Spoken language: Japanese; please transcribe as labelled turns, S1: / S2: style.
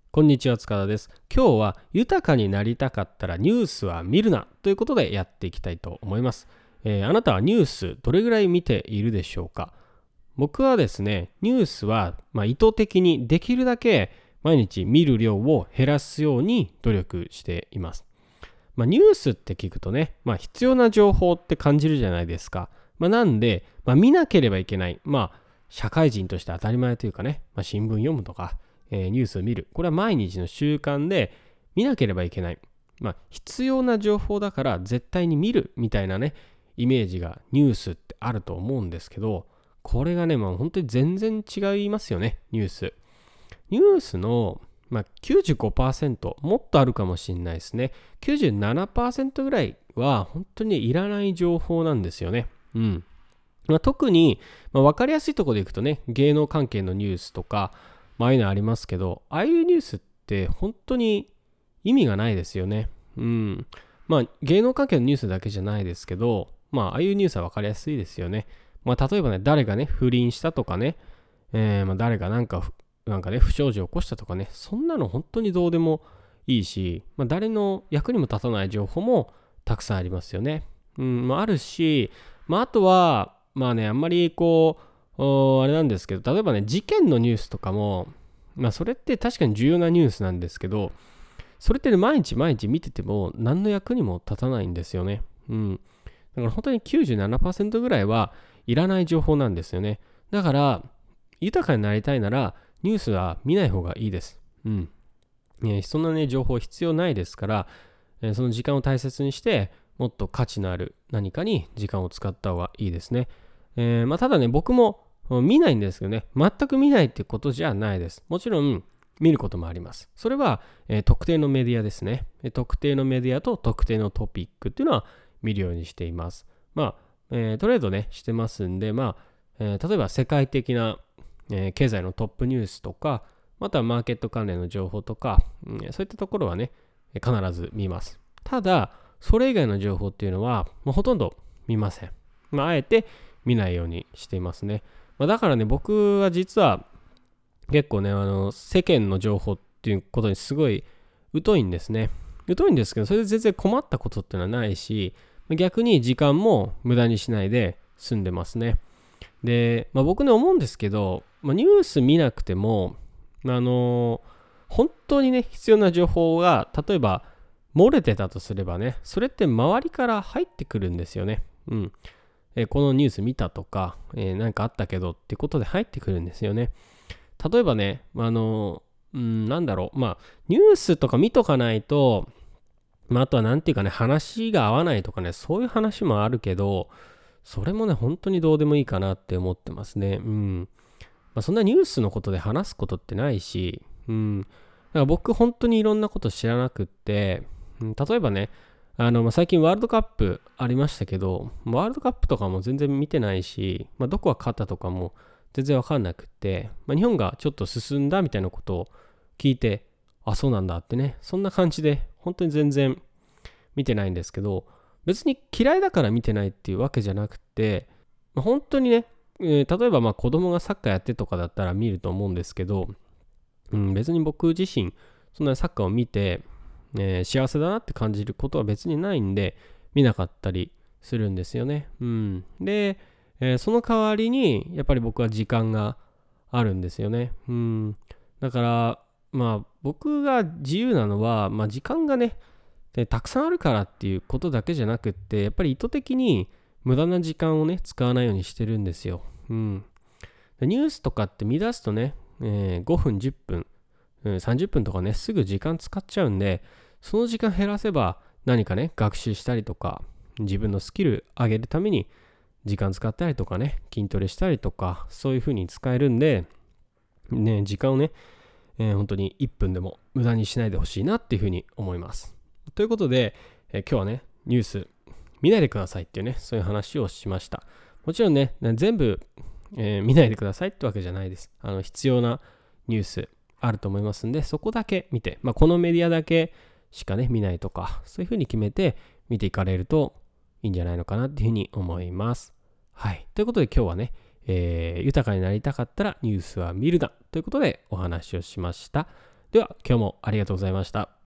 S1: こんにちは、塚田です。今日は豊かになりたかったらニュースは見るなということでやっていきたいと思います。あなたはニュースどれぐらい見ているでしょうか？僕はですね、ニュースは意図的にできるだけ毎日見る量を減らすように努力しています。ニュースって聞くとね、必要な情報って感じるじゃないですか。なんで、見なければいけない。社会人として当たり前というかね、新聞読むとか、ニュースを見る。これは毎日の習慣で見なければいけない。必要な情報だから絶対に見るみたいなね、イメージがニュースってあると思うんですけど、これがね、本当に全然違いますよね、ニュース。ニュースの、95%、もっとあるかもしれないですね。97% ぐらいは本当にいらない情報なんですよね。特に、分かりやすいところでいくとね、芸能関係のニュースとか、ああいうのありますけど、ああいうニュースって本当に意味がないですよね。芸能関係のニュースだけじゃないですけど、ああいうニュースは分かりやすいですよね。例えばね、誰がね、不倫したとかね、誰がなんかね、不祥事を起こしたとかね、そんなの本当にどうでもいいし、誰の役にも立たない情報もたくさんありますよね。あるし、あとは、あんまりあれなんですけど、例えばね、事件のニュースとかも、それって確かに重要なニュースなんですけど、それってね、毎日毎日見てても何の役にも立たないんですよね。だから本当に 97% ぐらいはいらない情報なんですよね。だから、豊かになりたいなら、ニュースは見ない方がいいです。そんなね、情報必要ないですから、その時間を大切にして、もっと価値のある何かに時間を使った方がいいですね。ただね、僕も見ないんですけどね、全く見ないってことじゃないです。もちろん見ることもあります。それは、特定のメディアですね。特定のメディアと特定のトピックっていうのは見るようにしています。トレードね、してますんで、例えば世界的な、経済のトップニュースとか、またはマーケット関連の情報とか、そういったところはね、必ず見ます。ただ、それ以外の情報っていうのは、ほとんど見ません。あえて見ないようにしていますね。だからね、僕は実は結構ね、世間の情報っていうことにすごい疎いんですね。疎いんですけど、それで全然困ったことっていうのはないし、逆に時間も無駄にしないで済んでますね。で、僕ね思うんですけど、ニュース見なくても、本当にね、必要な情報が、例えば、漏れてたとすればね、それって周りから入ってくるんですよね。このニュース見たとか、なんかあったけどってことで入ってくるんですよね。例えばね、なんだろう、ニュースとか見とかないと、あとはなんていうかね、話が合わないとかね、そういう話もあるけど、それもね、本当にどうでもいいかなって思ってますね。そんなニュースのことで話すことってないし、だから僕本当にいろんなこと知らなくって、例えばね、最近ワールドカップありましたけど、ワールドカップとかも全然見てないし、どこが勝ったとかも全然わかんなくって、日本がちょっと進んだみたいなことを聞いて、あ、そうなんだってね、そんな感じで本当に全然見てないんですけど、別に嫌いだから見てないっていうわけじゃなくて、本当にね、例えば子供がサッカーやってとかだったら見ると思うんですけど、別に僕自身そんなサッカーを見て、幸せだなって感じることは別にないんで見なかったりするんですよね。で、その代わりにやっぱり僕は時間があるんですよね。だから僕が自由なのは、時間がねたくさんあるからっていうことだけじゃなくって、やっぱり意図的に無駄な時間をね使わないようにしてるんですよ。ニュースとかって見出すとね、5分10分30分とかね、すぐ時間使っちゃうんで、その時間減らせば何かね、学習したりとか、自分のスキル上げるために時間使ったりとかね、筋トレしたりとか、そういう風に使えるんで、ね、時間をね、本当に1分でも無駄にしないでほしいなっていう風に思います。ということで、今日はね、ニュース見ないでくださいっていうね、そういう話をしました。もちろんね、全部、見ないでくださいってわけじゃないです。必要なニュースあると思いますんで、そこだけ見て、このメディアだけしかね、見ないとか、そういうふうに決めて見ていかれるといいんじゃないのかなっていうふうに思います。はい。ということで今日はね、豊かになりたかったらニュースは見るなということでお話をしました。 では今日もありがとうございました。